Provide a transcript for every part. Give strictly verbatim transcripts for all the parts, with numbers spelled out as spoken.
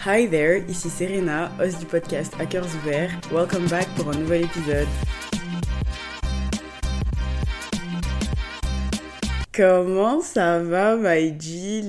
Hi there, ici Serena, host du podcast À cœurs ouverts. Welcome back pour un nouvel épisode. Comment ça va, my G?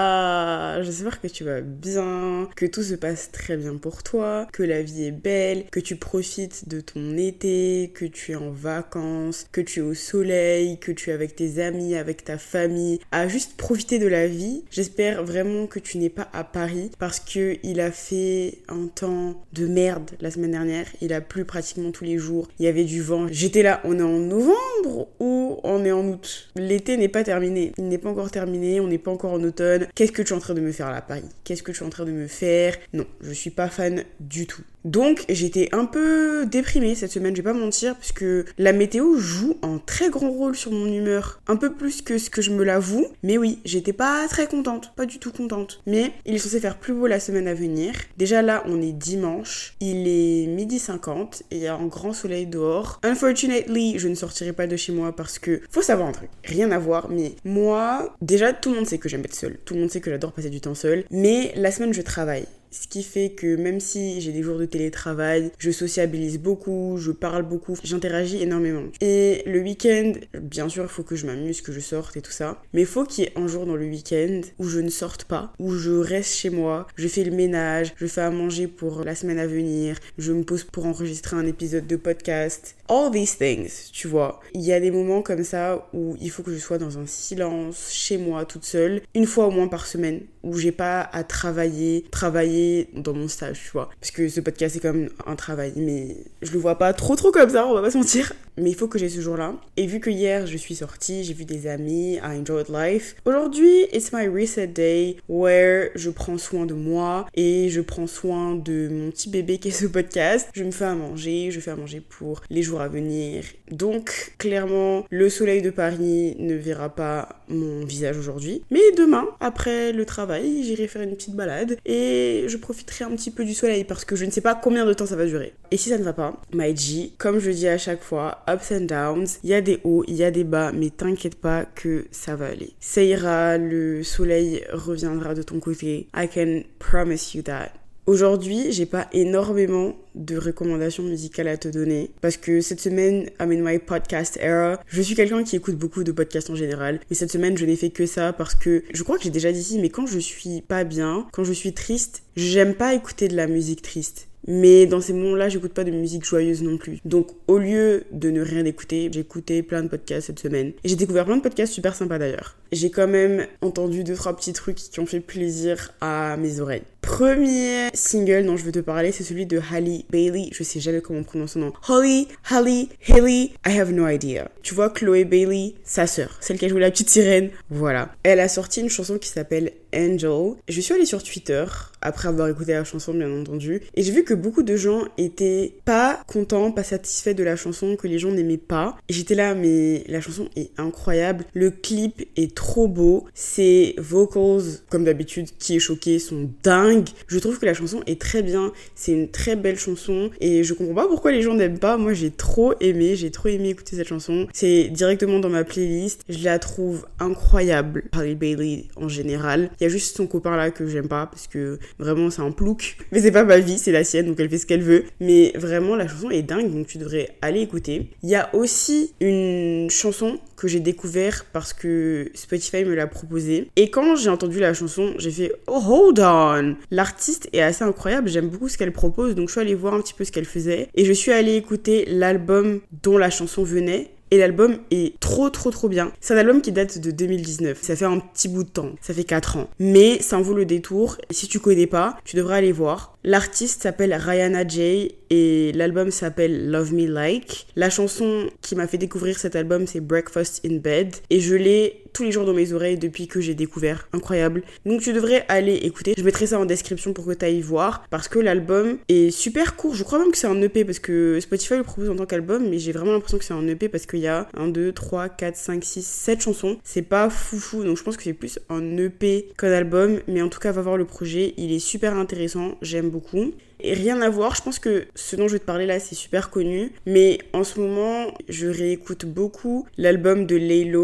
Là, j'espère que tu vas bien, que tout se passe très bien pour toi, que la vie est belle, que tu profites de ton été, que tu es en vacances, que tu es au soleil, que tu es avec tes amis, avec ta famille, à juste profiter de la vie. J'espère vraiment que tu n'es pas à Paris parce que il a fait un temps de merde la semaine dernière. Il a plu pratiquement tous les jours. Il y avait du vent. J'étais là, on est en novembre ou on est en août? L'été n'est pas terminé. Il n'est pas encore terminé, on n'est pas encore en automne. Qu'est-ce que tu es en train de me faire là à Paris? Qu'est-ce que tu es en train de me faire? Non, je suis pas fan du tout. Donc j'étais un peu déprimée cette semaine, je vais pas mentir, parce que la météo joue un très grand rôle sur mon humeur. Un peu plus que ce que je me l'avoue. Mais oui, j'étais pas très contente, pas du tout contente. Mais il est censé faire plus beau la semaine à venir. Déjà là, on est dimanche, il est midi cinquante et il y a un grand soleil dehors. Unfortunately, je ne sortirai pas de chez moi parce que, faut savoir un truc, rien à voir, mais moi, déjà tout le monde sait que j'aime être seule. Tout le monde sait que j'adore passer du temps seule. Mais la semaine, je travaille. Ce qui fait que même si j'ai des jours de télétravail, je sociabilise beaucoup, je parle beaucoup, j'interagis énormément. Et le week-end, bien sûr, il faut que je m'amuse, que je sorte et tout ça. Mais il faut qu'il y ait un jour dans le week-end où je ne sorte pas, où je reste chez moi, je fais le ménage, je fais à manger pour la semaine à venir, je me pose pour enregistrer un épisode de podcast. All these things, tu vois. Il y a des moments comme ça où il faut que je sois dans un silence, chez moi, toute seule, une fois au moins par semaine, où j'ai pas à travailler, travailler dans mon stage, tu vois. Parce que ce podcast, c'est quand même un travail, mais je le vois pas trop trop comme ça, on va pas se mentir. Mais il faut que j'ai ce jour-là. Et vu que hier, je suis sortie, j'ai vu des amis, I enjoyed life. Aujourd'hui, it's my reset day, where je prends soin de moi et je prends soin de mon petit bébé qui est ce podcast. Je me fais à manger, je fais à manger pour les jours à venir. Donc, clairement, le soleil de Paris ne verra pas mon visage aujourd'hui. Mais demain, après le travail, j'irai faire une petite balade et je profiterai un petit peu du soleil parce que je ne sais pas combien de temps ça va durer. Et si ça ne va pas, my G, comme je dis à chaque fois, ups and downs, il y a des hauts, il y a des bas, mais t'inquiète pas que ça va aller. Ça ira, le soleil reviendra de ton côté. I can promise you that. Aujourd'hui, j'ai pas énormément de recommandations musicales à te donner parce que cette semaine, I'm in my podcast era. Je suis quelqu'un qui écoute beaucoup de podcasts en général, mais cette semaine, je n'ai fait que ça parce que je crois que j'ai déjà dit ici, mais quand je suis pas bien, quand je suis triste, j'aime pas écouter de la musique triste. Mais dans ces moments-là, j'écoute pas de musique joyeuse non plus. Donc, au lieu de ne rien écouter, j'ai écouté plein de podcasts cette semaine. Et j'ai découvert plein de podcasts super sympas d'ailleurs. J'ai quand même entendu deux, trois petits trucs qui ont fait plaisir à mes oreilles. Premier single dont je veux te parler, c'est celui de Halle Bailey. Je sais jamais comment on prononce son nom. Holly, Halle, Haley, I have no idea. Tu vois, Chloé Bailey, sa sœur, celle qui a joué la petite sirène. Voilà. Elle a sorti une chanson qui s'appelle Angel. Je suis allée sur Twitter, après avoir écouté la chanson bien entendu, et j'ai vu que beaucoup de gens étaient pas contents, pas satisfaits de la chanson, que les gens n'aimaient pas. Et j'étais là, mais la chanson est incroyable. Le clip est trop beau. Ses vocals, comme d'habitude, qui est choqué, sont dingues. Je trouve que la chanson est très bien. C'est une très belle chanson et je comprends pas pourquoi les gens n'aiment pas. Moi, j'ai trop aimé, j'ai trop aimé écouter cette chanson. C'est directement dans ma playlist. Je la trouve incroyable. Halle Bailey en général. Il y a juste son copain là que j'aime pas parce que vraiment c'est un plouc. Mais c'est pas ma vie, c'est la sienne, donc elle fait ce qu'elle veut. Mais vraiment, la chanson est dingue, donc tu devrais aller écouter. Il y a aussi une chanson que j'ai découvert parce que Spotify me l'a proposée. Et quand j'ai entendu la chanson, j'ai fait « Oh, hold on !» L'artiste est assez incroyable, j'aime beaucoup ce qu'elle propose, donc je suis allée voir un petit peu ce qu'elle faisait. Et je suis allée écouter l'album dont la chanson venait. Et l'album est trop trop trop bien. C'est un album qui date de deux mille dix-neuf. Ça fait un petit bout de temps. Ça fait quatre ans. Mais ça en vaut le détour. Et si tu connais pas, tu devrais aller voir. L'artiste s'appelle Rihanna J et l'album s'appelle Love Me Like. La chanson qui m'a fait découvrir cet album, c'est Breakfast in Bed. Et je l'ai tous les jours dans mes oreilles depuis que j'ai découvert. Incroyable. Donc tu devrais aller écouter. Je mettrai ça en description pour que tu ailles voir. Parce que l'album est super court. Je crois même que c'est un E P parce que Spotify le propose en tant qu'album. Mais j'ai vraiment l'impression que c'est un E P parce qu'il y a un, deux, trois, quatre, cinq, six, sept chansons. C'est pas foufou. Donc je pense que c'est plus un E P qu'un album. Mais en tout cas, va voir le projet. Il est super intéressant. J'aime beaucoup. Et rien à voir, je pense que ce dont je vais te parler là, c'est super connu. Mais en ce moment, je réécoute beaucoup l'album de Laylo,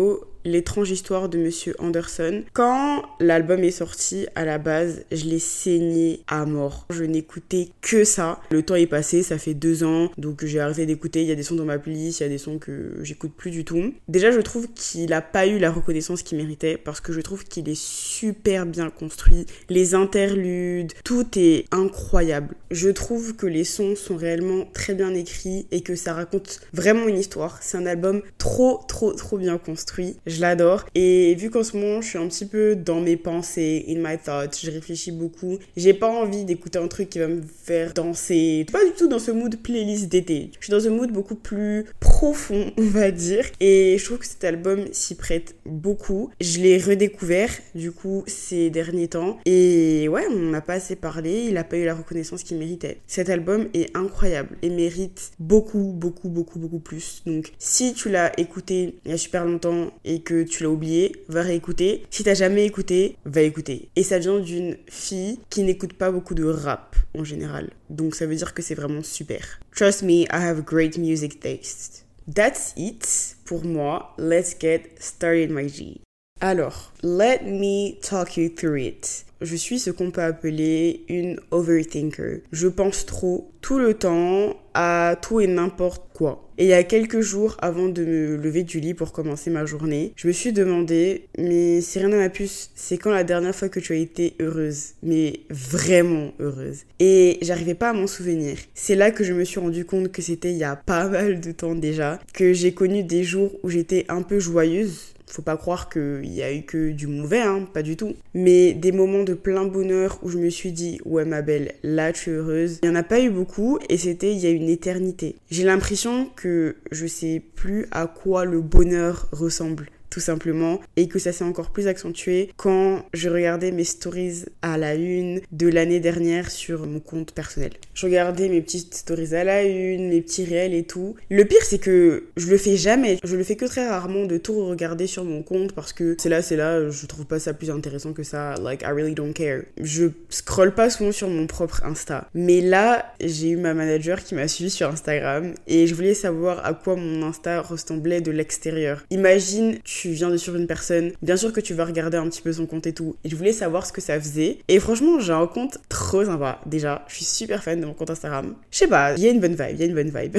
L'étrange histoire de Monsieur Anderson. Quand l'album est sorti, à la base, je l'ai saigné à mort. Je n'écoutais que ça. Le temps est passé, ça fait deux ans, donc j'ai arrêté d'écouter. Il y a des sons dans ma playlist, il y a des sons que j'écoute plus du tout. Déjà, je trouve qu'il a pas eu la reconnaissance qu'il méritait parce que je trouve qu'il est super bien construit. Les interludes, tout est incroyable. Je trouve que les sons sont réellement très bien écrits et que ça raconte vraiment une histoire. C'est un album trop, trop, trop bien construit. Je l'adore. Et vu qu'en ce moment, je suis un petit peu dans mes pensées, in my thoughts, je réfléchis beaucoup, j'ai pas envie d'écouter un truc qui va me faire danser. Pas du tout dans ce mood playlist d'été. Je suis dans un mood beaucoup plus profond, on va dire. Et je trouve que cet album s'y prête beaucoup. Je l'ai redécouvert, du coup, ces derniers temps. Et ouais, on n'a pas assez parlé. Il a pas eu la reconnaissance qu'il méritait. Cet album est incroyable et mérite beaucoup, beaucoup, beaucoup, beaucoup plus. Donc, si tu l'as écouté il y a super longtemps et que tu l'as oublié, va réécouter. Si t'as jamais écouté, va écouter. Et ça vient d'une fille qui n'écoute pas beaucoup de rap en général. Donc, ça veut dire que c'est vraiment super. Trust me, I have great music taste. That's it pour moi. Let's get started, my G. Alors, let me talk you through it. Je suis ce qu'on peut appeler une overthinker. Je pense trop, tout le temps, à tout et n'importe quoi. Et il y a quelques jours, avant de me lever du lit pour commencer ma journée, je me suis demandé, mais Serena ma puce, c'est quand la dernière fois que tu as été heureuse? Mais vraiment heureuse. Et j'arrivais pas à m'en souvenir. C'est là que je me suis rendu compte que c'était il y a pas mal de temps déjà, que j'ai connu des jours où j'étais un peu joyeuse. Faut pas croire qu'il y a eu que du mauvais, hein, pas du tout. Mais des moments de plein bonheur où je me suis dit, ouais ma belle, là tu es heureuse. Il y en a pas eu beaucoup et c'était il y a une éternité. J'ai l'impression que je sais plus à quoi le bonheur ressemble. Tout simplement, et que ça s'est encore plus accentué quand je regardais mes stories à la une de l'année dernière sur mon compte personnel. Je regardais mes petites stories à la une, mes petits réels et tout. Le pire, c'est que je le fais jamais. Je le fais que très rarement de tout regarder sur mon compte parce que c'est là, c'est là, je trouve pas ça plus intéressant que ça. Like, I really don't care. Je scrolle pas souvent sur mon propre Insta. Mais là, j'ai eu ma manager qui m'a suivi sur Instagram et je voulais savoir à quoi mon Insta ressemblait de l'extérieur. Imagine, tu viens de suivre une personne, bien sûr que tu vas regarder un petit peu son compte et tout. Et je voulais savoir ce que ça faisait. Et franchement, j'ai un compte trop sympa. Déjà, je suis super fan de mon compte Instagram. Je sais pas, il y a une bonne vibe, il y a une bonne vibe.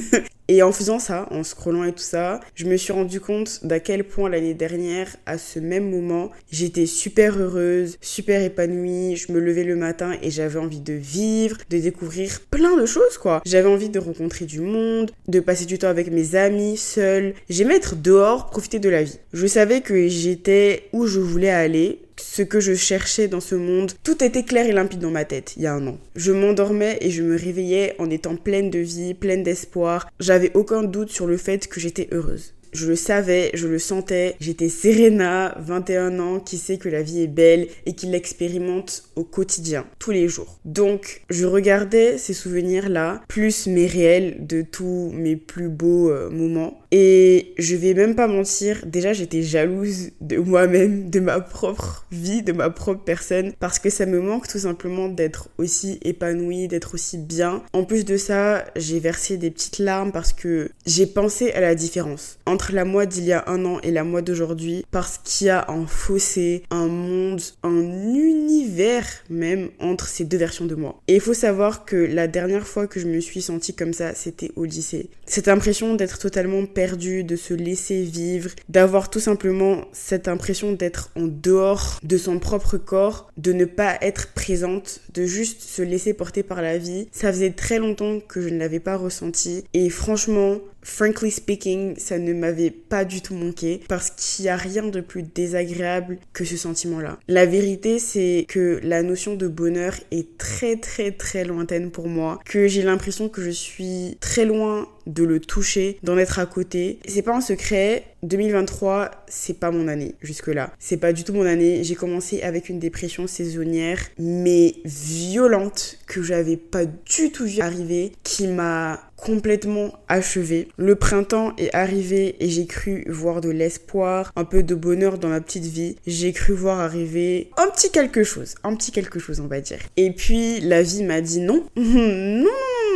Et en faisant ça, en scrollant et tout ça, je me suis rendu compte d'à quel point l'année dernière, à ce même moment, j'étais super heureuse, super épanouie. Je me levais le matin et j'avais envie de vivre, de découvrir plein de choses, quoi. J'avais envie de rencontrer du monde, de passer du temps avec mes amis, seule. J'aimais être dehors, profiter de la vie. Je savais que j'étais où je voulais aller, ce que je cherchais dans ce monde. Tout était clair et limpide dans ma tête, il y a un an. Je m'endormais et je me réveillais en étant pleine de vie, pleine d'espoir. J'avais aucun doute sur le fait que j'étais heureuse. Je le savais, je le sentais. J'étais Serena, vingt et un ans, qui sait que la vie est belle et qui l'expérimente au quotidien, tous les jours. Donc, je regardais ces souvenirs-là, plus mes réels de tous mes plus beaux euh, moments. Et je vais même pas mentir, déjà j'étais jalouse de moi-même, de ma propre vie, de ma propre personne, parce que ça me manque tout simplement d'être aussi épanouie, d'être aussi bien. En plus de ça, j'ai versé des petites larmes parce que j'ai pensé à la différence entre la moi d'il y a un an et la moi d'aujourd'hui, parce qu'il y a un fossé, un monde, un univers même entre ces deux versions de moi. Et il faut savoir que la dernière fois que je me suis sentie comme ça, c'était au lycée. Cette impression d'être totalement perdue, de se laisser vivre, d'avoir tout simplement cette impression d'être en dehors de son propre corps, de ne pas être présente, de juste se laisser porter par la vie. Ça faisait très longtemps que je ne l'avais pas ressenti et franchement, frankly speaking, ça ne m'avait pas du tout manqué parce qu'il n'y a rien de plus désagréable que ce sentiment-là. La vérité, c'est que la notion de bonheur est très très très lointaine pour moi, que j'ai l'impression que je suis très loin de le toucher, d'en être à côté. C'est pas un secret, deux mille vingt-trois, c'est pas mon année jusque-là. C'est pas du tout mon année. J'ai commencé avec une dépression saisonnière, mais violente, que j'avais pas du tout vu arriver, qui m'a complètement achevée. Le printemps est arrivé et j'ai cru voir de l'espoir, un peu de bonheur dans ma petite vie. J'ai cru voir arriver un petit quelque chose, un petit quelque chose on va dire. Et puis la vie m'a dit non, non, non,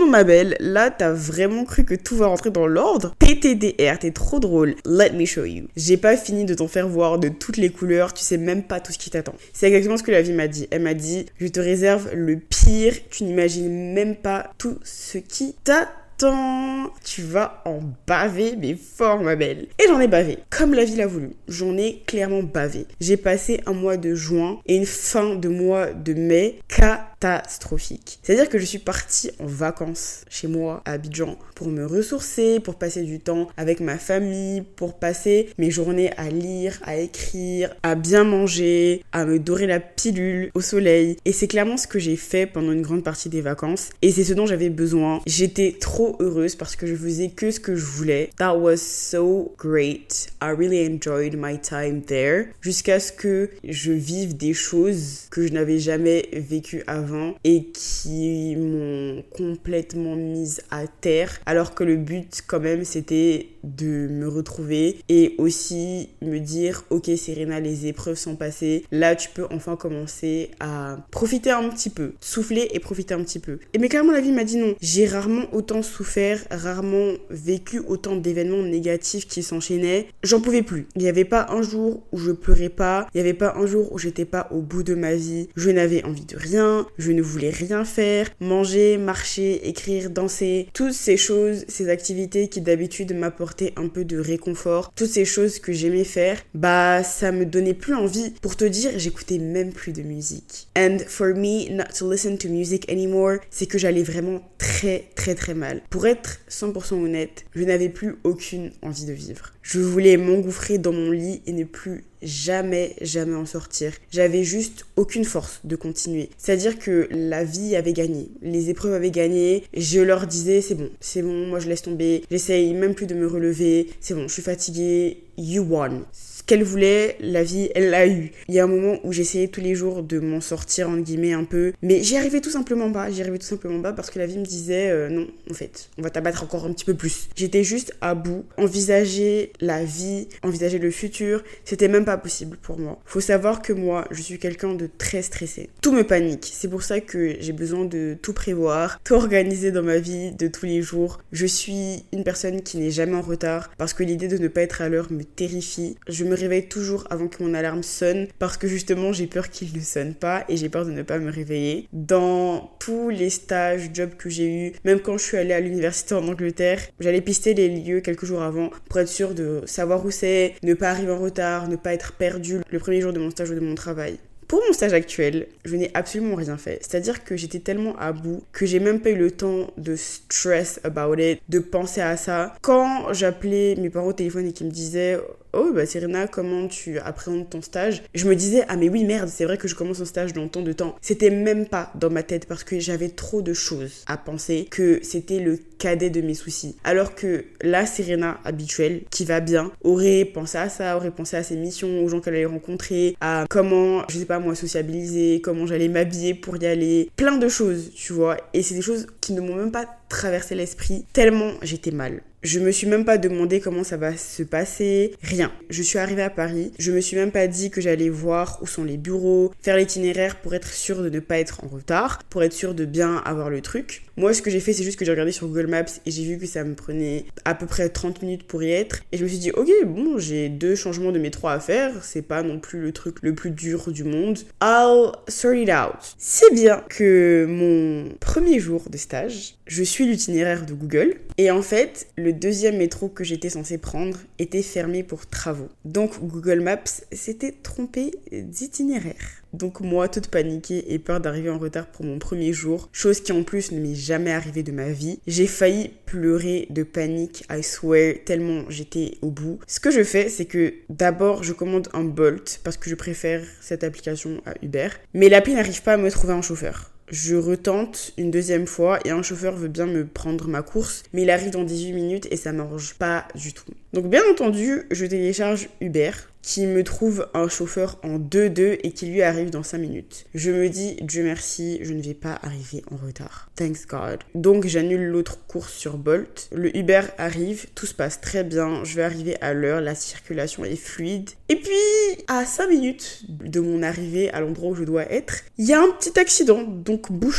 bon ma belle, là t'as vraiment cru que tout va rentrer dans l'ordre? T T D R, t'es trop drôle. Let me show you. J'ai pas fini de t'en faire voir de toutes les couleurs, tu sais même pas tout ce qui t'attend. C'est exactement ce que la vie m'a dit. Elle m'a dit, je te réserve le pire, tu n'imagines même pas tout ce qui t'attend. Attends, tu vas en baver, mais fort ma belle. Et j'en ai bavé, comme la vie l'a voulu. J'en ai clairement bavé. J'ai passé un mois de juin et une fin de mois de mai catastrophique. C'est-à-dire que je suis partie en vacances chez moi à Abidjan pour me ressourcer, pour passer du temps avec ma famille, pour passer mes journées à lire, à écrire, à bien manger, à me dorer la pilule au soleil. Et c'est clairement ce que j'ai fait pendant une grande partie des vacances. Et c'est ce dont j'avais besoin. J'étais trop heureuse parce que je faisais que ce que je voulais. That was so great. I really enjoyed my time there. Jusqu'à ce que je vive des choses que je n'avais jamais vécues avant et qui m'ont complètement mise à terre. Alors que le but quand même c'était de me retrouver et aussi me dire ok Serena, les épreuves sont passées. Là tu peux enfin commencer à profiter un petit peu. Souffler et profiter un petit peu. Et mais clairement la vie m'a dit non. J'ai rarement autant souffert, rarement vécu autant d'événements négatifs qui s'enchaînaient. J'en pouvais plus. Il n'y avait pas un jour où je pleurais pas. Il n'y avait pas un jour où j'étais pas au bout de ma vie. Je n'avais envie de rien. Je ne voulais rien faire. Manger, marcher, écrire, danser. Toutes ces choses, ces activités qui d'habitude m'apportaient un peu de réconfort. Toutes ces choses que j'aimais faire, bah ça me donnait plus envie. Pour te dire, j'écoutais même plus de musique. And for me, not to listen to music anymore, c'est que j'allais vraiment très très très mal. Pour être cent pour cent honnête, je n'avais plus aucune envie de vivre. Je voulais m'engouffrer dans mon lit et ne plus jamais, jamais en sortir. J'avais juste aucune force de continuer. C'est-à-dire que la vie avait gagné. Les épreuves avaient gagné. Je leur disais, c'est bon, c'est bon, moi je laisse tomber. J'essaye même plus de me relever. C'est bon, je suis fatiguée. You won. Qu'elle voulait, la vie, elle l'a eu. Il y a un moment où j'essayais tous les jours de m'en sortir, entre guillemets, un peu. Mais j'y arrivais tout simplement pas. J'y arrivais tout simplement pas parce que la vie me disait euh, non, en fait, on va t'abattre encore un petit peu plus. J'étais juste à bout. Envisager la vie, envisager le futur, c'était même pas possible pour moi. Faut savoir que moi, je suis quelqu'un de très stressé. Tout me panique. C'est pour ça que j'ai besoin de tout prévoir, tout organiser dans ma vie de tous les jours. Je suis une personne qui n'est jamais en retard parce que l'idée de ne pas être à l'heure me terrifie. Je me réveille toujours avant que mon alarme sonne parce que justement j'ai peur qu'il ne sonne pas et j'ai peur de ne pas me réveiller. Dans tous les stages, jobs que j'ai eu, même quand je suis allée à l'université en Angleterre, j'allais pister les lieux quelques jours avant pour être sûre de savoir où c'est, ne pas arriver en retard, ne pas être perdue le premier jour de mon stage ou de mon travail. Pour mon stage actuel, je n'ai absolument rien fait. C'est-à-dire que j'étais tellement à bout que j'ai même pas eu le temps de stress about it, de penser à ça. Quand j'appelais mes parents au téléphone et qu'ils me disaient oh bah Serena, comment tu appréhendes ton stage? Je me disais ah mais oui merde, c'est vrai que je commence un stage dans tant de temps. C'était même pas dans ma tête parce que j'avais trop de choses à penser que c'était le cadet de mes soucis. Alors que la Serena habituelle, qui va bien, aurait pensé à ça, aurait pensé à ses missions, aux gens qu'elle allait rencontrer, à comment, je sais pas moi, sociabiliser, comment j'allais m'habiller pour y aller, plein de choses, tu vois. Et c'est des choses qui ne m'ont même pas traversé l'esprit tellement j'étais mal. Je me suis même pas demandé comment ça va se passer, rien. Je suis arrivée à Paris, je me suis même pas dit que j'allais voir où sont les bureaux, faire l'itinéraire pour être sûre de ne pas être en retard, pour être sûre de bien avoir le truc. Moi, ce que j'ai fait, c'est juste que j'ai regardé sur Google Maps et j'ai vu que ça me prenait à peu près trente minutes pour y être. Et je me suis dit, ok, bon, j'ai deux changements de métro à faire, c'est pas non plus le truc le plus dur du monde. I'll sort it out. C'est bien que mon premier jour de stage, je suis l'itinéraire de Google. Et en fait, le deuxième métro que j'étais censée prendre était fermé pour travaux. Donc Google Maps s'était trompé d'itinéraire. Donc moi, toute paniquée et peur d'arriver en retard pour mon premier jour, chose qui en plus ne m'est jamais arrivée de ma vie, j'ai failli pleurer de panique, I swear, tellement j'étais au bout. Ce que je fais, c'est que d'abord, je commande un Bolt parce que je préfère cette application à Uber, mais l'appli n'arrive pas à me trouver un chauffeur. Je retente une deuxième fois et un chauffeur veut bien me prendre ma course, mais il arrive dans dix-huit minutes et ça m'arrange pas du tout. Donc bien entendu, je télécharge Uber qui me trouve un chauffeur en deux deux et qui lui arrive dans cinq minutes. Je me dis, Dieu merci, je ne vais pas arriver en retard. Thanks God. Donc j'annule l'autre course sur Bolt. Le Uber arrive, tout se passe très bien, je vais arriver à l'heure, la circulation est fluide. Et puis, à cinq minutes de mon arrivée à l'endroit où je dois être, il y a un petit accident, donc bouchon.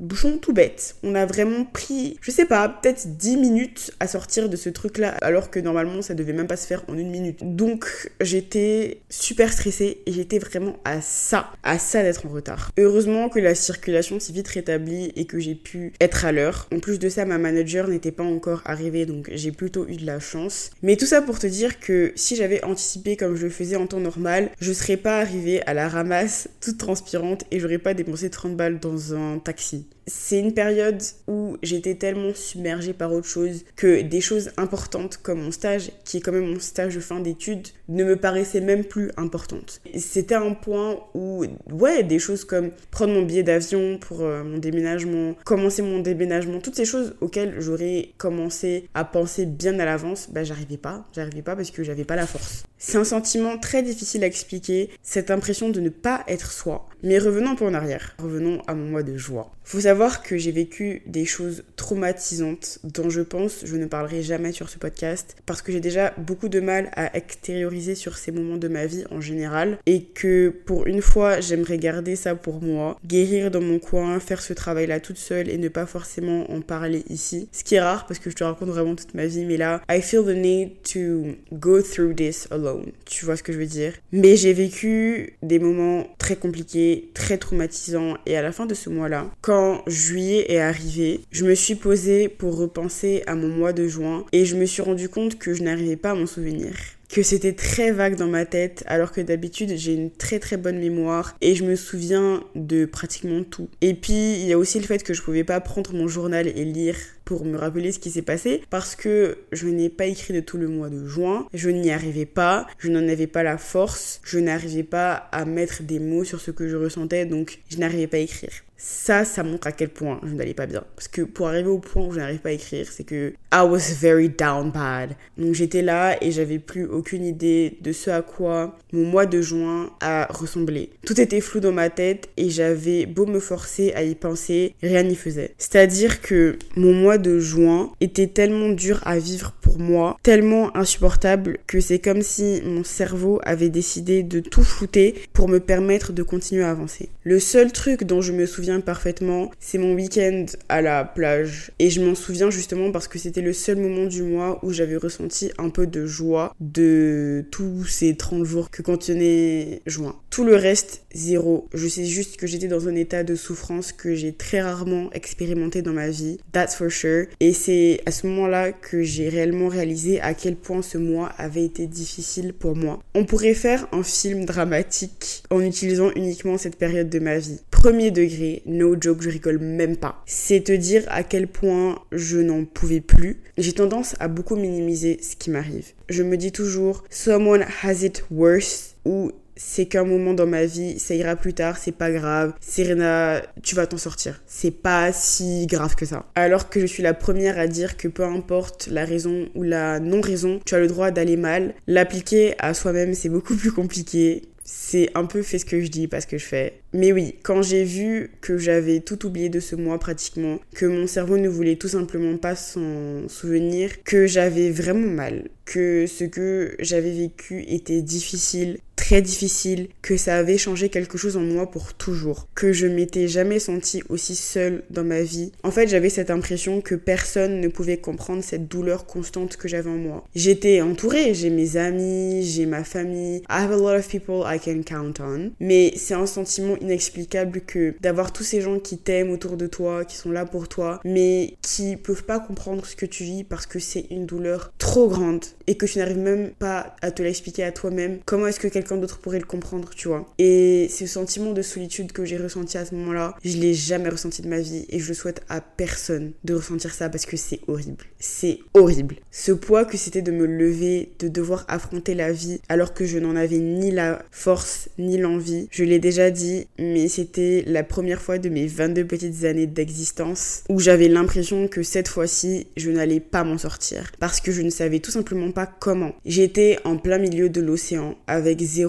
bouchon tout bête. On a vraiment pris, je sais pas, peut-être dix minutes à sortir de ce truc-là, alors que normalement, ça devait même pas se faire en une minute. Donc, j'étais super stressée et j'étais vraiment à ça, à ça d'être en retard. Heureusement que la circulation s'est vite rétablie et que j'ai pu être à l'heure. En plus de ça, ma manager n'était pas encore arrivée, donc j'ai plutôt eu de la chance. Mais tout ça pour te dire que si j'avais anticipé comme je le faisais en temps normal, je serais pas arrivée à la ramasse toute transpirante et j'aurais pas dépensé trente balles dans un taxi. C'est une période où j'étais tellement submergée par autre chose que des choses importantes comme mon stage, qui est quand même mon stage de fin d'études, ne me paraissaient même plus importantes. C'était un point où, ouais, des choses comme prendre mon billet d'avion pour euh, mon déménagement, commencer mon déménagement, toutes ces choses auxquelles j'aurais commencé à penser bien à l'avance, bah j'arrivais pas, j'arrivais pas parce que j'avais pas la force. C'est un sentiment très difficile à expliquer, cette impression de ne pas être soi. Mais revenons un peu en arrière, revenons à mon mois de juin. Faut savoir que j'ai vécu des choses traumatisantes dont je pense je ne parlerai jamais sur ce podcast parce que j'ai déjà beaucoup de mal à extérioriser sur ces moments de ma vie en général et que pour une fois j'aimerais garder ça pour moi, guérir dans mon coin, faire ce travail-là toute seule et ne pas forcément en parler ici. Ce qui est rare parce que je te raconte vraiment toute ma vie, mais là, I feel the need to go through this alone. Tu vois ce que je veux dire? Mais j'ai vécu des moments très compliqués, très traumatisants et à la fin de ce mois-là, quand juillet est arrivé, je me suis posée pour repenser à mon mois de juin et je me suis rendu compte que je n'arrivais pas à m'en souvenir. Que c'était très vague dans ma tête, alors que d'habitude j'ai une très très bonne mémoire et je me souviens de pratiquement tout. Et puis il y a aussi le fait que je pouvais pas prendre mon journal et lire pour me rappeler ce qui s'est passé parce que je n'ai pas écrit de tout le mois de juin, je n'y arrivais pas, je n'en avais pas la force, je n'arrivais pas à mettre des mots sur ce que je ressentais, donc je n'arrivais pas à écrire. Ça, ça montre à quel point je n'allais pas bien. Parce que pour arriver au point où je n'arrive pas à écrire, c'est que I was very down bad. Donc j'étais là et j'avais plus aucune idée de ce à quoi mon mois de juin a ressemblé. Tout était flou dans ma tête et j'avais beau me forcer à y penser, rien n'y faisait. C'est-à-dire que mon mois de juin était tellement dur à vivre pour moi, tellement insupportable que c'est comme si mon cerveau avait décidé de tout flouter pour me permettre de continuer à avancer. Le seul truc dont je me souviens parfaitement, c'est mon week-end à la plage. Et je m'en souviens justement parce que c'était le seul moment du mois où j'avais ressenti un peu de joie de tous ces trente jours que contenait juin. Tout le reste, zéro. Je sais juste que j'étais dans un état de souffrance que j'ai très rarement expérimenté dans ma vie. That's for sure. Et c'est à ce moment-là que j'ai réellement réalisé à quel point ce mois avait été difficile pour moi. On pourrait faire un film dramatique en utilisant uniquement cette période de ma vie. Premier degré, no joke, je rigole même pas. C'est te dire à quel point je n'en pouvais plus. J'ai tendance à beaucoup minimiser ce qui m'arrive. Je me dis toujours, someone has it worse, ou c'est qu'un moment dans ma vie, ça ira plus tard, c'est pas grave. Serena, tu vas t'en sortir. C'est pas si grave que ça. Alors que je suis la première à dire que peu importe la raison ou la non-raison, tu as le droit d'aller mal. L'appliquer à soi-même, c'est beaucoup plus compliqué. C'est un peu fait ce que je dis, pas ce que je fais. Mais oui, quand j'ai vu que j'avais tout oublié de ce mois pratiquement, que mon cerveau ne voulait tout simplement pas s'en souvenir, que j'avais vraiment mal, que ce que j'avais vécu était difficile, très difficile, que ça avait changé quelque chose en moi pour toujours, que je m'étais jamais sentie aussi seule dans ma vie. En fait, j'avais cette impression que personne ne pouvait comprendre cette douleur constante que j'avais en moi. J'étais entourée, j'ai mes amis, j'ai ma famille, I have a lot of people I can count on, mais c'est un sentiment inexplicable que d'avoir tous ces gens qui t'aiment autour de toi, qui sont là pour toi, mais qui peuvent pas comprendre ce que tu vis parce que c'est une douleur trop grande et que tu n'arrives même pas à te l'expliquer à toi-même. Comment est-ce que quelqu'un d'autre pourrait le comprendre, tu vois? Et ce sentiment de solitude que j'ai ressenti à ce moment-là, je l'ai jamais ressenti de ma vie et je le souhaite à personne de ressentir ça parce que c'est horrible. C'est horrible. Ce poids que c'était de me lever, de devoir affronter la vie alors que je n'en avais ni la force ni l'envie. Je l'ai déjà dit, mais c'était la première fois de mes vingt-deux petites années d'existence où j'avais l'impression que cette fois-ci, je n'allais pas m'en sortir parce que je ne savais tout simplement pas comment. J'étais en plein milieu de l'océan avec zéro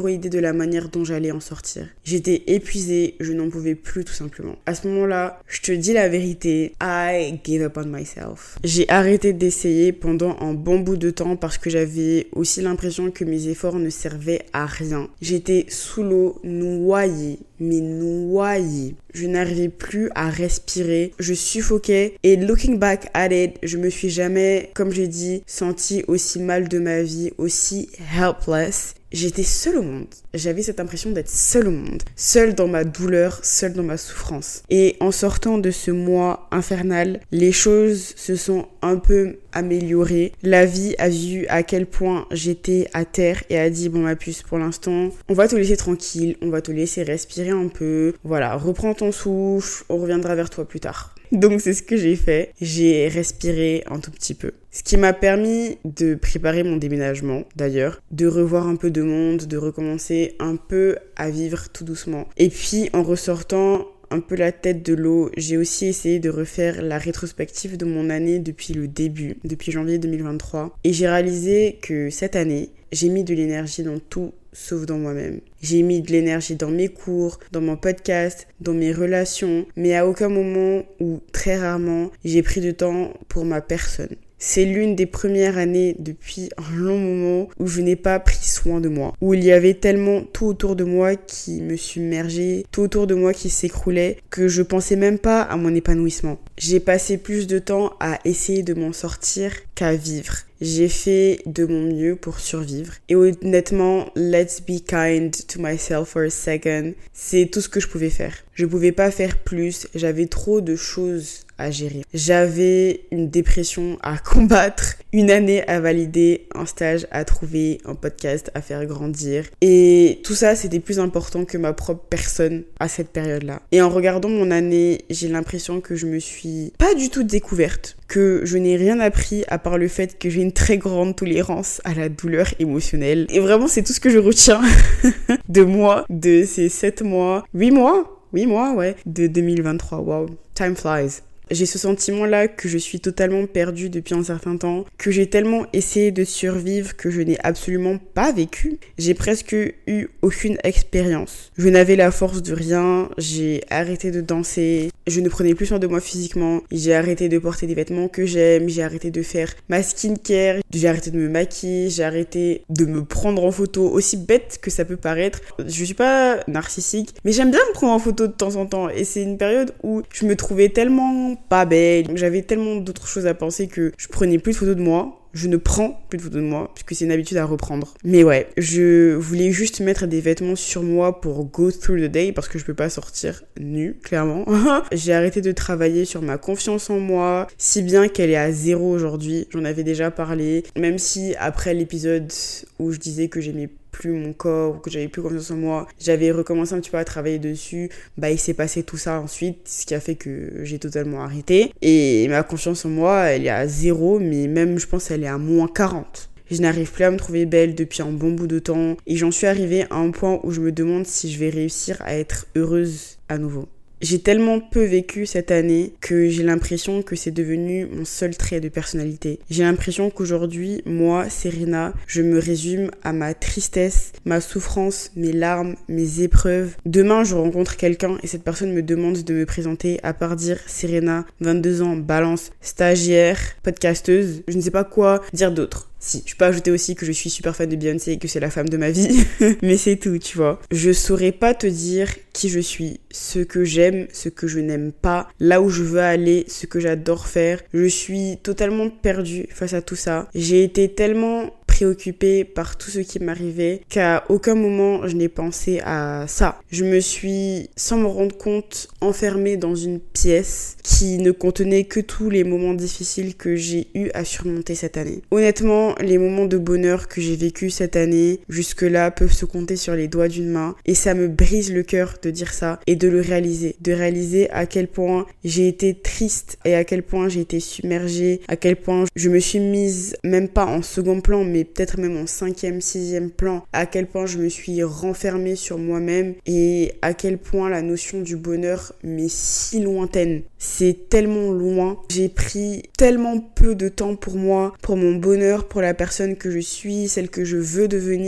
zéro idée de la manière dont j'allais en sortir. J'étais épuisée, je n'en pouvais plus tout simplement. À ce moment-là, je te dis la vérité, I gave up on myself. J'ai arrêté d'essayer pendant un bon bout de temps parce que j'avais aussi l'impression que mes efforts ne servaient à rien. J'étais sous l'eau, noyée, mais noyée. Je n'arrivais plus à respirer, je suffoquais et looking back at it, je me suis jamais, comme j'ai dit, sentie aussi mal de ma vie, aussi helpless. J'étais seule au monde. J'avais cette impression d'être seule au monde. Seule dans ma douleur, seule dans ma souffrance. Et en sortant de ce mois infernal, les choses se sont un peu améliorées. La vie a vu à quel point j'étais à terre et a dit, bon ma puce, pour l'instant, on va te laisser tranquille, on va te laisser respirer un peu. Voilà, reprends ton souffle, on reviendra vers toi plus tard. Donc c'est ce que j'ai fait. J'ai respiré un tout petit peu. Ce qui m'a permis de préparer mon déménagement, d'ailleurs, de revoir un peu de monde, de recommencer un peu à vivre tout doucement. Et puis, en ressortant un peu la tête de l'eau, j'ai aussi essayé de refaire la rétrospective de mon année depuis le début, depuis janvier deux mille vingt-trois. Et j'ai réalisé que cette année, j'ai mis de l'énergie dans tout, sauf dans moi-même. J'ai mis de l'énergie dans mes cours, dans mon podcast, dans mes relations, mais à aucun moment ou très rarement, j'ai pris du temps pour ma personne. C'est l'une des premières années depuis un long moment où je n'ai pas pris soin de moi. Où il y avait tellement tout autour de moi qui me submergeait, tout autour de moi qui s'écroulait, que je pensais même pas à mon épanouissement. J'ai passé plus de temps à essayer de m'en sortir qu'à vivre. J'ai fait de mon mieux pour survivre. Et honnêtement, let's be kind to myself for a second. C'est tout ce que je pouvais faire. Je pouvais pas faire plus. J'avais trop de choses à gérer. J'avais une dépression à combattre, une année à valider, un stage à trouver, un podcast à faire grandir. Et tout ça, c'était plus important que ma propre personne à cette période-là. Et en regardant mon année, j'ai l'impression que je me suis pas du tout découverte, que je n'ai rien appris à part le fait que j'ai une très grande tolérance à la douleur émotionnelle. Et vraiment, c'est tout ce que je retiens de moi, de ces sept mois, huit mois, huit mois, ouais, de deux mille vingt-trois. Wow, time flies. J'ai ce sentiment-là que je suis totalement perdue depuis un certain temps, que j'ai tellement essayé de survivre que je n'ai absolument pas vécu. J'ai presque eu aucune expérience. Je n'avais la force de rien, j'ai arrêté de danser, je ne prenais plus soin de moi physiquement, j'ai arrêté de porter des vêtements que j'aime, j'ai arrêté de faire ma skincare, j'ai arrêté de me maquiller, j'ai arrêté de me prendre en photo, aussi bête que ça peut paraître. Je suis pas narcissique, mais j'aime bien me prendre en photo de temps en temps et c'est une période où je me trouvais tellement pas belle. J'avais tellement d'autres choses à penser que je prenais plus de photos de moi. Je ne prends plus de photos de moi, puisque c'est une habitude à reprendre. Mais ouais, je voulais juste mettre des vêtements sur moi pour go through the day, parce que je peux pas sortir nue, clairement. J'ai arrêté de travailler sur ma confiance en moi, si bien qu'elle est à zéro aujourd'hui. J'en avais déjà parlé, même si après l'épisode où je disais que j'aimais plus mon corps, ou que j'avais plus confiance en moi, j'avais recommencé un petit peu à travailler dessus, bah il s'est passé tout ça ensuite, ce qui a fait que j'ai totalement arrêté. Et ma confiance en moi, elle est à zéro, mais même je pense elle est à moins quarante. Je n'arrive plus à me trouver belle depuis un bon bout de temps, et j'en suis arrivée à un point où je me demande si je vais réussir à être heureuse à nouveau. J'ai tellement peu vécu cette année que j'ai l'impression que c'est devenu mon seul trait de personnalité. J'ai l'impression qu'aujourd'hui, moi, Serena, je me résume à ma tristesse, ma souffrance, mes larmes, mes épreuves. Demain, je rencontre quelqu'un et cette personne me demande de me présenter, à part dire Serena, vingt-deux ans, balance, stagiaire, podcasteuse. Je ne sais pas quoi dire d'autre. Si, je peux ajouter aussi que je suis super fan de Beyoncé et que c'est la femme de ma vie, mais c'est tout, tu vois. Je saurais pas te dire qui je suis, ce que j'aime, ce que je n'aime pas, là où je veux aller, ce que j'adore faire. Je suis totalement perdue face à tout ça. J'ai été tellement préoccupée par tout ce qui m'arrivait qu'à aucun moment je n'ai pensé à ça. Je me suis, sans me rendre compte, enfermée dans une pièce qui ne contenait que tous les moments difficiles que j'ai eu à surmonter cette année. Honnêtement, les moments de bonheur que j'ai vécu cette année, jusque-là, peuvent se compter sur les doigts d'une main et ça me brise le cœur de dire ça et de le réaliser. De réaliser à quel point j'ai été triste et à quel point j'ai été submergée, à quel point je me suis mise, même pas en second plan, mais peut-être même en cinquième, sixième plan, à quel point je me suis renfermée sur moi-même et à quel point la notion du bonheur m'est si lointaine. C'est tellement loin. J'ai pris tellement peu de temps pour moi, pour mon bonheur, pour la personne que je suis, celle que je veux devenir,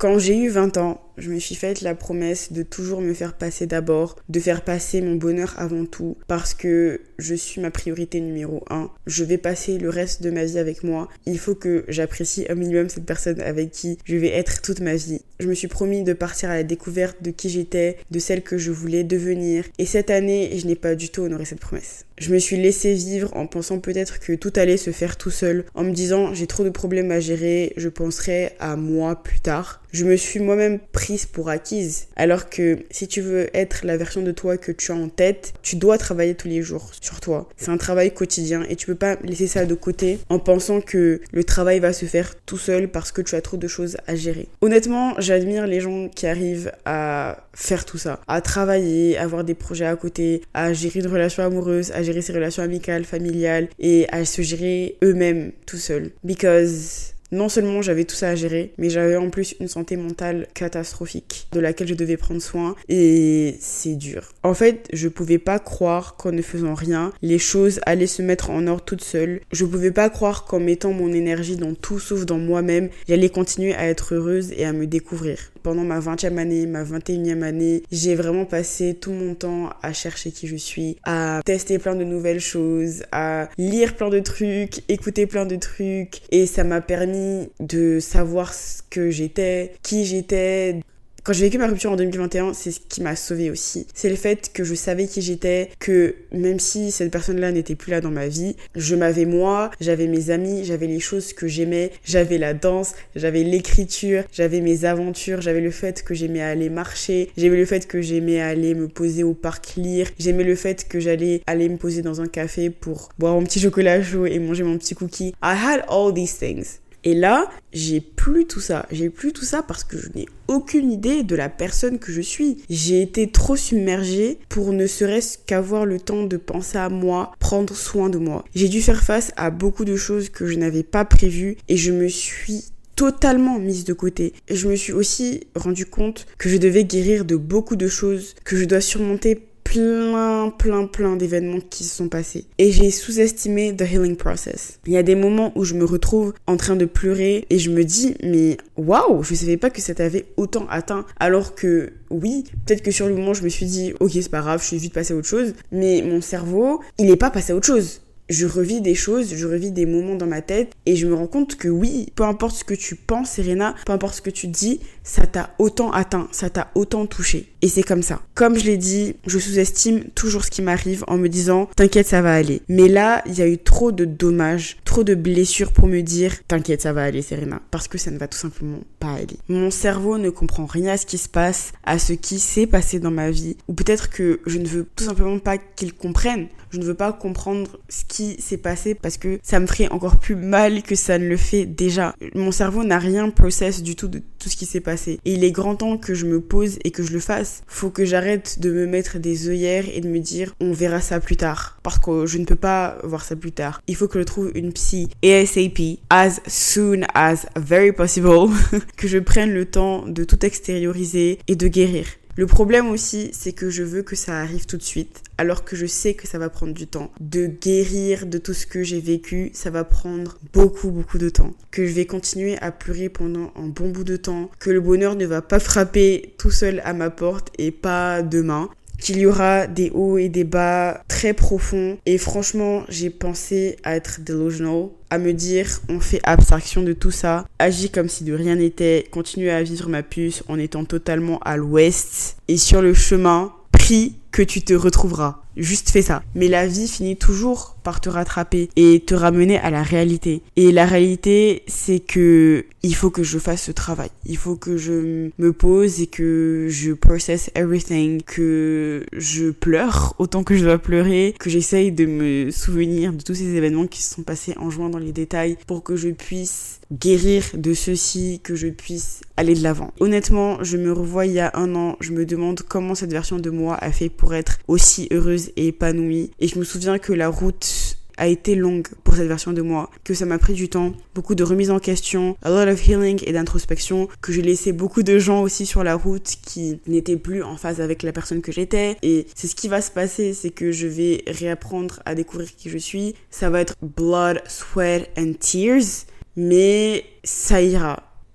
Quand j'ai eu vingt ans, je me suis faite la promesse de toujours me faire passer d'abord, de faire passer mon bonheur avant tout, parce que je suis ma priorité numéro un. Je vais passer le reste de ma vie avec moi. Il faut que j'apprécie un minimum cette personne avec qui je vais être toute ma vie. Je me suis promis de partir à la découverte de qui j'étais, de celle que je voulais devenir. Et cette année, je n'ai pas du tout honoré cette promesse. Je me suis laissée vivre en pensant peut-être que tout allait se faire tout seul, en me disant j'ai trop de problèmes à gérer, je penserai à moi plus tard. Je me suis moi-même prise pour acquise, alors que si tu veux être la version de toi que tu as en tête, tu dois travailler tous les jours sur toi. C'est un travail quotidien et tu peux pas laisser ça de côté en pensant que le travail va se faire tout seul parce que tu as trop de choses à gérer. Honnêtement, j'admire les gens qui arrivent à faire tout ça, à travailler, à avoir des projets à côté, à gérer une relation amoureuse, à gérer ses relations amicales, familiales et à se gérer eux-mêmes tout seuls. Because non seulement j'avais tout ça à gérer, mais j'avais en plus une santé mentale catastrophique de laquelle je devais prendre soin et c'est dur. En fait, je pouvais pas croire qu'en ne faisant rien, les choses allaient se mettre en ordre toutes seules. Je pouvais pas croire qu'en mettant mon énergie dans tout sauf dans moi-même, j'allais continuer à être heureuse et à me découvrir. Pendant ma vingtième année, ma vingt et unième année, j'ai vraiment passé tout mon temps à chercher qui je suis, à tester plein de nouvelles choses, à lire plein de trucs, écouter plein de trucs et ça m'a permis de savoir ce que j'étais, qui j'étais. Quand j'ai vécu ma rupture en deux mille vingt et un, c'est ce qui m'a sauvée aussi. C'est le fait que je savais qui j'étais, que même si cette personne-là n'était plus là dans ma vie, je m'avais moi, j'avais mes amis, j'avais les choses que j'aimais, j'avais la danse, j'avais l'écriture, j'avais mes aventures, j'avais le fait que j'aimais aller marcher, j'aimais le fait que j'aimais aller me poser au parc lire, j'aimais le fait que j'allais aller me poser dans un café pour boire mon petit chocolat chaud et manger mon petit cookie. I had all these things. Et là, j'ai plus tout ça. J'ai plus tout ça parce que je n'ai aucune idée de la personne que je suis. J'ai été trop submergée pour ne serait-ce qu'avoir le temps de penser à moi, prendre soin de moi. J'ai dû faire face à beaucoup de choses que je n'avais pas prévues et je me suis totalement mise de côté. Et je me suis aussi rendu compte que je devais guérir de beaucoup de choses, que je dois surmonter plein, plein, plein d'événements qui se sont passés. Et j'ai sous-estimé the healing process. Il y a des moments où je me retrouve en train de pleurer et je me dis, mais waouh, je savais pas que ça t'avait autant atteint. Alors que oui, peut-être que sur le moment, je me suis dit, ok, c'est pas grave, je suis vite passée à autre chose. Mais mon cerveau, il est pas passé à autre chose. Je revis des choses, je revis des moments dans ma tête et je me rends compte que oui, peu importe ce que tu penses, Serena, peu importe ce que tu dis, ça t'a autant atteint, ça t'a autant touché. Et c'est comme ça. Comme je l'ai dit, je sous-estime toujours ce qui m'arrive en me disant « T'inquiète, ça va aller ». Mais là, il y a eu trop de dommages, trop de blessures pour me dire « T'inquiète, ça va aller, Serena ». Parce que ça ne va tout simplement pas aller. Mon cerveau ne comprend rien à ce qui se passe, à ce qui s'est passé dans ma vie. Ou peut-être que je ne veux tout simplement pas qu'il comprenne. Je ne veux pas comprendre ce qui s'est passé parce que ça me ferait encore plus mal que ça ne le fait déjà. Mon cerveau n'a rien process du tout de tout ce qui s'est passé. Et il est grand temps que je me pose et que je le fasse. Faut que j'arrête de me mettre des œillères et de me dire on verra ça plus tard. Parce que je ne peux pas voir ça plus tard. Il faut que je trouve une psy ASAP, as soon as very possible, que je prenne le temps de tout extérioriser et de guérir. Le problème aussi, c'est que je veux que ça arrive tout de suite, alors que je sais que ça va prendre du temps. De guérir de tout ce que j'ai vécu, ça va prendre beaucoup, beaucoup de temps. Que je vais continuer à pleurer pendant un bon bout de temps, que le bonheur ne va pas frapper tout seul à ma porte et pas demain. Qu'il y aura des hauts et des bas très profonds. Et franchement, j'ai pensé à être delusional, à me dire on fait abstraction de tout ça, agis comme si de rien n'était, continue à vivre ma puce en étant totalement à l'ouest. Et sur le chemin, prie que tu te retrouveras. Juste fais ça. Mais la vie finit toujours par te rattraper et te ramener à la réalité. Et la réalité, c'est que il faut que je fasse ce travail. Il faut que je me pose et que je process everything, que je pleure autant que je dois pleurer, que j'essaye de me souvenir de tous ces événements qui se sont passés en jouant dans les détails pour que je puisse guérir de ceci, que je puisse aller de l'avant. Honnêtement, je me revois il y a un an, je me demande comment cette version de moi a fait pour être aussi heureuse et épanouie. Et je me souviens que la route a été longue pour cette version de moi, que ça m'a pris du temps, beaucoup de remise en question, a lot of healing et d'introspection, que j'ai laissé beaucoup de gens aussi sur la route qui n'étaient plus en phase avec la personne que j'étais. Et c'est ce qui va se passer, c'est que je vais réapprendre à découvrir qui je suis. Ça va être blood, sweat and tears, mais ça ira.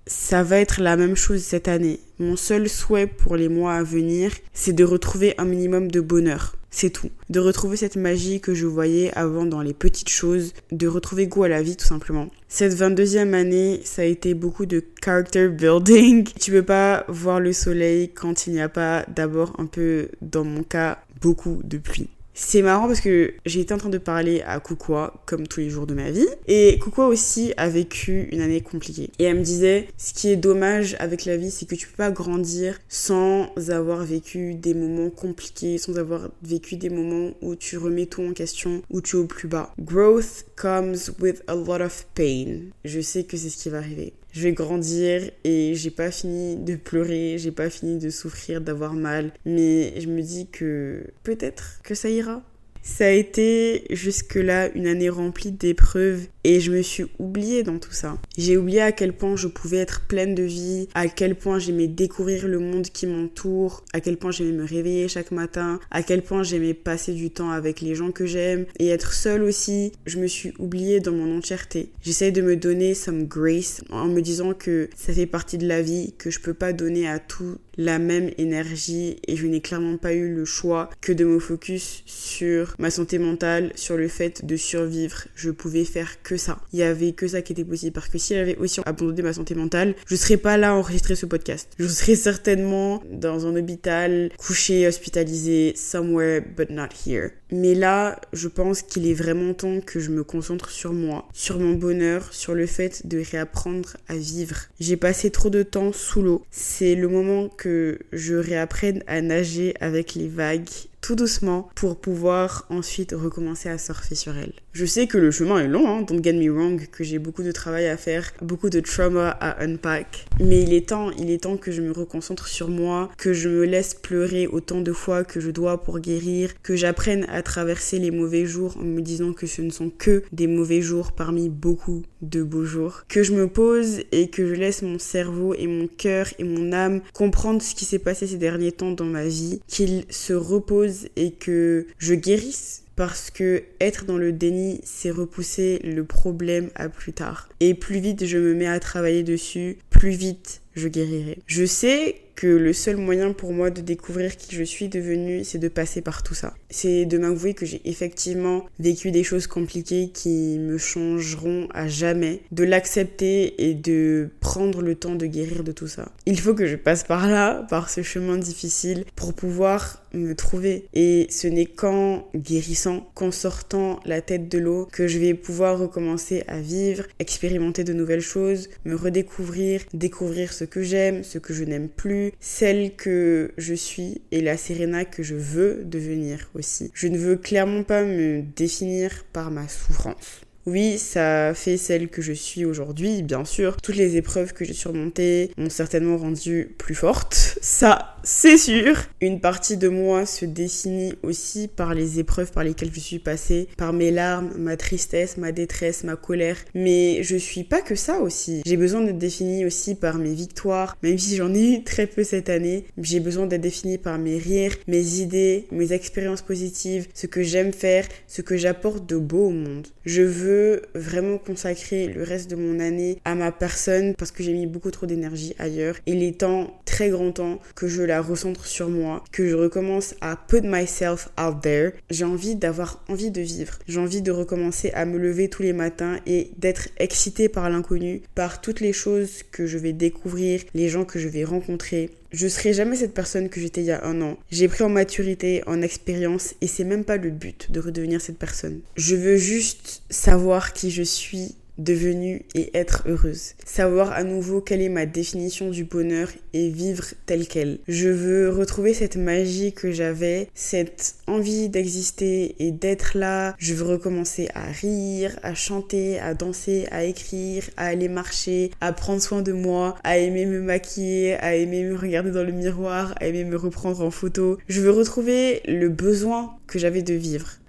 ça va être la même chose cette année. Mon seul souhait pour les mois à venir, c'est de retrouver un minimum de bonheur. C'est tout. De retrouver cette magie que je voyais avant dans les petites choses, de retrouver goût à la vie tout simplement. Cette vingt-deuxième année, ça a été beaucoup de character building. Tu peux pas voir le soleil quand il n'y a pas d'abord un peu, dans mon cas, beaucoup de pluie. C'est marrant parce que j'ai été en train de parler à Koukoua, comme tous les jours de ma vie. Et Koukoua aussi a vécu une année compliquée. Et elle me disait, ce qui est dommage avec la vie, c'est que tu peux pas grandir sans avoir vécu des moments compliqués, sans avoir vécu des moments où tu remets tout en question, où tu es au plus bas. Growth comes with a lot of pain. Je sais que c'est ce qui va arriver. Je vais grandir et j'ai pas fini de pleurer, j'ai pas fini de souffrir, d'avoir mal. Mais je me dis que peut-être que ça ira. Ça a été jusque-là une année remplie d'épreuves et je me suis oubliée dans tout ça. J'ai oublié à quel point je pouvais être pleine de vie, à quel point j'aimais découvrir le monde qui m'entoure, à quel point j'aimais me réveiller chaque matin, à quel point j'aimais passer du temps avec les gens que j'aime et être seule aussi. Je me suis oubliée dans mon entièreté. J'essaye de me donner some grace en me disant que ça fait partie de la vie, que je peux pas donner à tout la même énergie et je n'ai clairement pas eu le choix que de me focus sur ma santé mentale, sur le fait de survivre. Je pouvais faire que ça. Il y avait que ça qui était possible parce que si j'avais aussi abandonné ma santé mentale, je serais pas là à enregistrer ce podcast. Je serais certainement dans un hôpital, couché, hospitalisé, somewhere but not here. Mais là, je pense qu'il est vraiment temps que je me concentre sur moi, sur mon bonheur, sur le fait de réapprendre à vivre. J'ai passé trop de temps sous l'eau. C'est le moment que je réapprenne à nager avec les vagues, tout doucement, pour pouvoir ensuite recommencer à surfer sur elle. Je sais que le chemin est long, hein, don't get me wrong, que j'ai beaucoup de travail à faire, beaucoup de trauma à unpack, mais il est temps, il est temps que je me reconcentre sur moi, que je me laisse pleurer autant de fois que je dois pour guérir, que j'apprenne à traverser les mauvais jours en me disant que ce ne sont que des mauvais jours parmi beaucoup de beaux jours, que je me pose et que je laisse mon cerveau et mon cœur et mon âme comprendre ce qui s'est passé ces derniers temps dans ma vie, qu'il se repose et que je guérisse. Parce que être dans le déni, c'est repousser le problème à plus tard. Et plus vite je me mets à travailler dessus, plus vite je guérirai. Je sais que le seul moyen pour moi de découvrir qui je suis devenue, c'est de passer par tout ça. C'est de m'avouer que j'ai effectivement vécu des choses compliquées qui me changeront à jamais, de l'accepter et de prendre le temps de guérir de tout ça. Il faut que je passe par là, par ce chemin difficile, pour pouvoir me trouver. Et ce n'est qu'en guérissant, qu'en sortant la tête de l'eau, que je vais pouvoir recommencer à vivre, expérimenter de nouvelles choses, me redécouvrir, découvrir ce que j'aime, ce que je n'aime plus, celle que je suis et la Serena que je veux devenir aussi. Je ne veux clairement pas me définir par ma souffrance. Oui, ça fait celle que je suis aujourd'hui, bien sûr. Toutes les épreuves que j'ai surmontées m'ont certainement rendue plus forte. Ça, c'est sûr. Une partie de moi se définit aussi par les épreuves par lesquelles je suis passée, par mes larmes, ma tristesse, ma détresse, ma colère. Mais je suis pas que ça aussi. J'ai besoin d'être définie aussi par mes victoires, même si j'en ai eu très peu cette année. J'ai besoin d'être définie par mes rires, mes idées, mes expériences positives, ce que j'aime faire, ce que j'apporte de beau au monde. Je veux vraiment consacrer le reste de mon année à ma personne parce que j'ai mis beaucoup trop d'énergie ailleurs. Il est temps, très grand temps, que je la recentre sur moi, que je recommence à put myself out there. J'ai envie d'avoir envie de vivre. J'ai envie de recommencer à me lever tous les matins et d'être excitée par l'inconnu, par toutes les choses que je vais découvrir, les gens que je vais rencontrer. Je serai jamais cette personne que j'étais il y a un an. J'ai pris en maturité, en expérience et c'est même pas le but de redevenir cette personne. Je veux juste savoir qui je suis devenue et être heureuse. Savoir à nouveau quelle est ma définition du bonheur et vivre tel quel. Je veux retrouver cette magie que j'avais, cette envie d'exister et d'être là. Je veux recommencer à rire, à chanter, à danser, à écrire, à aller marcher, à prendre soin de moi, à aimer me maquiller, à aimer me regarder dans le miroir, à aimer me reprendre en photo. Je veux retrouver le besoin que j'avais de vivre.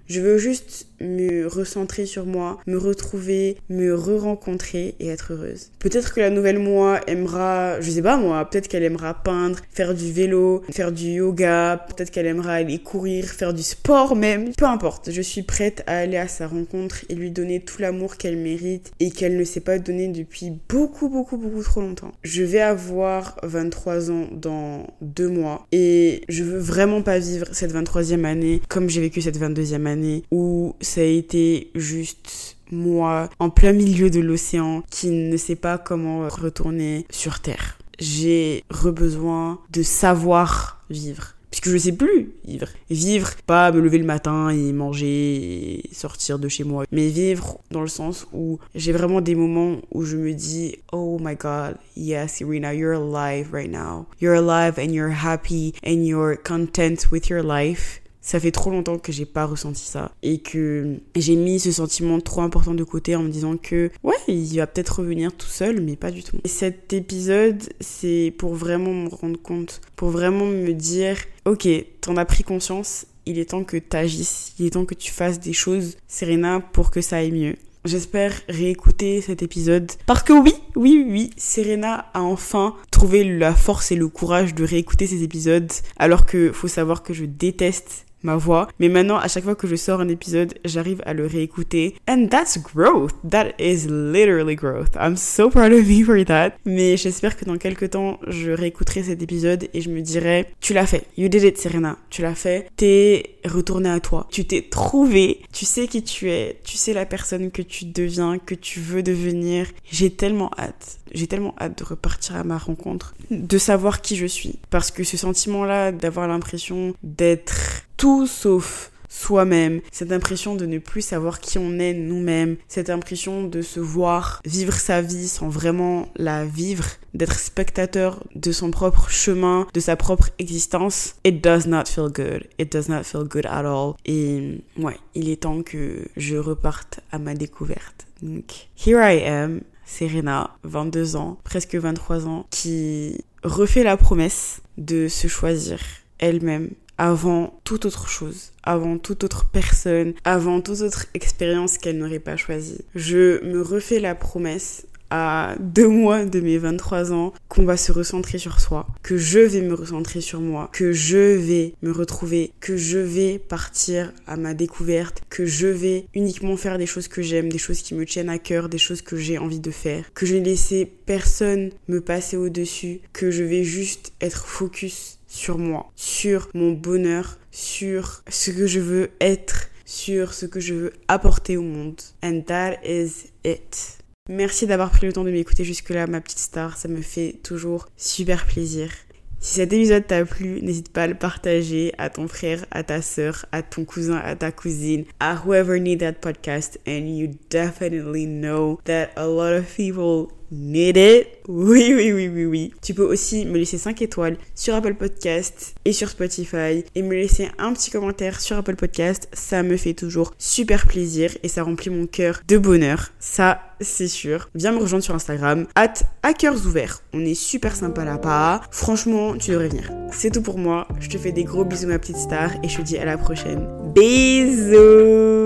Je veux juste me recentrer sur moi, me retrouver, me re-rencontrer et être heureuse. Peut-être que la nouvelle moi aimera, je sais pas moi, peut-être qu'elle aimera peindre, faire du vélo, faire du yoga, peut-être qu'elle aimera aller courir, faire du sport même. Peu importe, je suis prête à aller à sa rencontre et lui donner tout l'amour qu'elle mérite et qu'elle ne s'est pas donné depuis beaucoup, beaucoup, beaucoup trop longtemps. Je vais avoir vingt-trois ans dans deux mois et je veux vraiment pas vivre cette vingt-troisième année comme j'ai vécu cette vingt-deuxième année où ça a été juste moi en plein milieu de l'océan qui ne sait pas comment retourner sur Terre. J'ai re-besoin de savoir vivre. Puisque je sais plus vivre. Vivre, pas me lever le matin et manger et sortir de chez moi. Mais vivre dans le sens où j'ai vraiment des moments où je me dis « Oh my God, yes, Serena, you're alive right now. You're alive and you're happy and you're content with your life. » Ça fait trop longtemps que j'ai pas ressenti ça et que j'ai mis ce sentiment trop important de côté en me disant que ouais, il va peut-être revenir tout seul, mais pas du tout. Et cet épisode, c'est pour vraiment me rendre compte, pour vraiment me dire ok, t'en as pris conscience, il est temps que t'agisses, il est temps que tu fasses des choses, Serena, pour que ça aille mieux. J'espère réécouter cet épisode parce que oui, oui, oui, Serena a enfin trouvé la force et le courage de réécouter ces épisodes alors que faut savoir que je déteste ma voix. Mais maintenant, à chaque fois que je sors un épisode, j'arrive à le réécouter. And that's growth. That is literally growth. I'm so proud of me for that. Mais j'espère que dans quelques temps, je réécouterai cet épisode et je me dirai, tu l'as fait. You did it, Serena. Tu l'as fait. T'es retournée à toi. Tu t'es trouvée. Tu sais qui tu es. Tu sais la personne que tu deviens, que tu veux devenir. J'ai tellement hâte. J'ai tellement hâte de repartir à ma rencontre, de savoir qui je suis. Parce que ce sentiment-là, d'avoir l'impression d'être tout sauf soi-même, cette impression de ne plus savoir qui on est nous-mêmes, cette impression de se voir vivre sa vie sans vraiment la vivre, d'être spectateur de son propre chemin, de sa propre existence, it does not feel good. It does not feel good at all. Et ouais, il est temps que je reparte à ma découverte. Donc, here I am, Serena, vingt-deux ans, presque vingt-trois ans, qui refait la promesse de se choisir elle-même avant toute autre chose, avant toute autre personne, avant toute autre expérience qu'elle n'aurait pas choisie. Je me refais la promesse à deux mois de mes vingt-trois ans qu'on va se recentrer sur soi, que je vais me recentrer sur moi, que je vais me retrouver, que je vais partir à ma découverte, que je vais uniquement faire des choses que j'aime, des choses qui me tiennent à cœur, des choses que j'ai envie de faire, que je vais laisser personne me passer au-dessus, que je vais juste être focus sur moi, sur mon bonheur, sur ce que je veux être, sur ce que je veux apporter au monde. And that is it. Merci d'avoir pris le temps de m'écouter jusque-là, ma petite star. Ça me fait toujours super plaisir. Si cet épisode t'a plu, n'hésite pas à le partager à ton frère, à ta sœur, à ton cousin, à ta cousine, à whoever need that podcast. And you definitely know that a lot of people need it. Oui, oui, oui, oui, oui. Tu peux aussi me laisser cinq étoiles sur Apple Podcast et sur Spotify et me laisser un petit commentaire sur Apple Podcast. Ça me fait toujours super plaisir et ça remplit mon cœur de bonheur. Ça, c'est sûr. Viens me rejoindre sur Instagram, at hackersouverts. On est super sympa là-bas. Franchement, tu devrais venir. C'est tout pour moi. Je te fais des gros bisous, ma petite star, et je te dis à la prochaine. Bisous!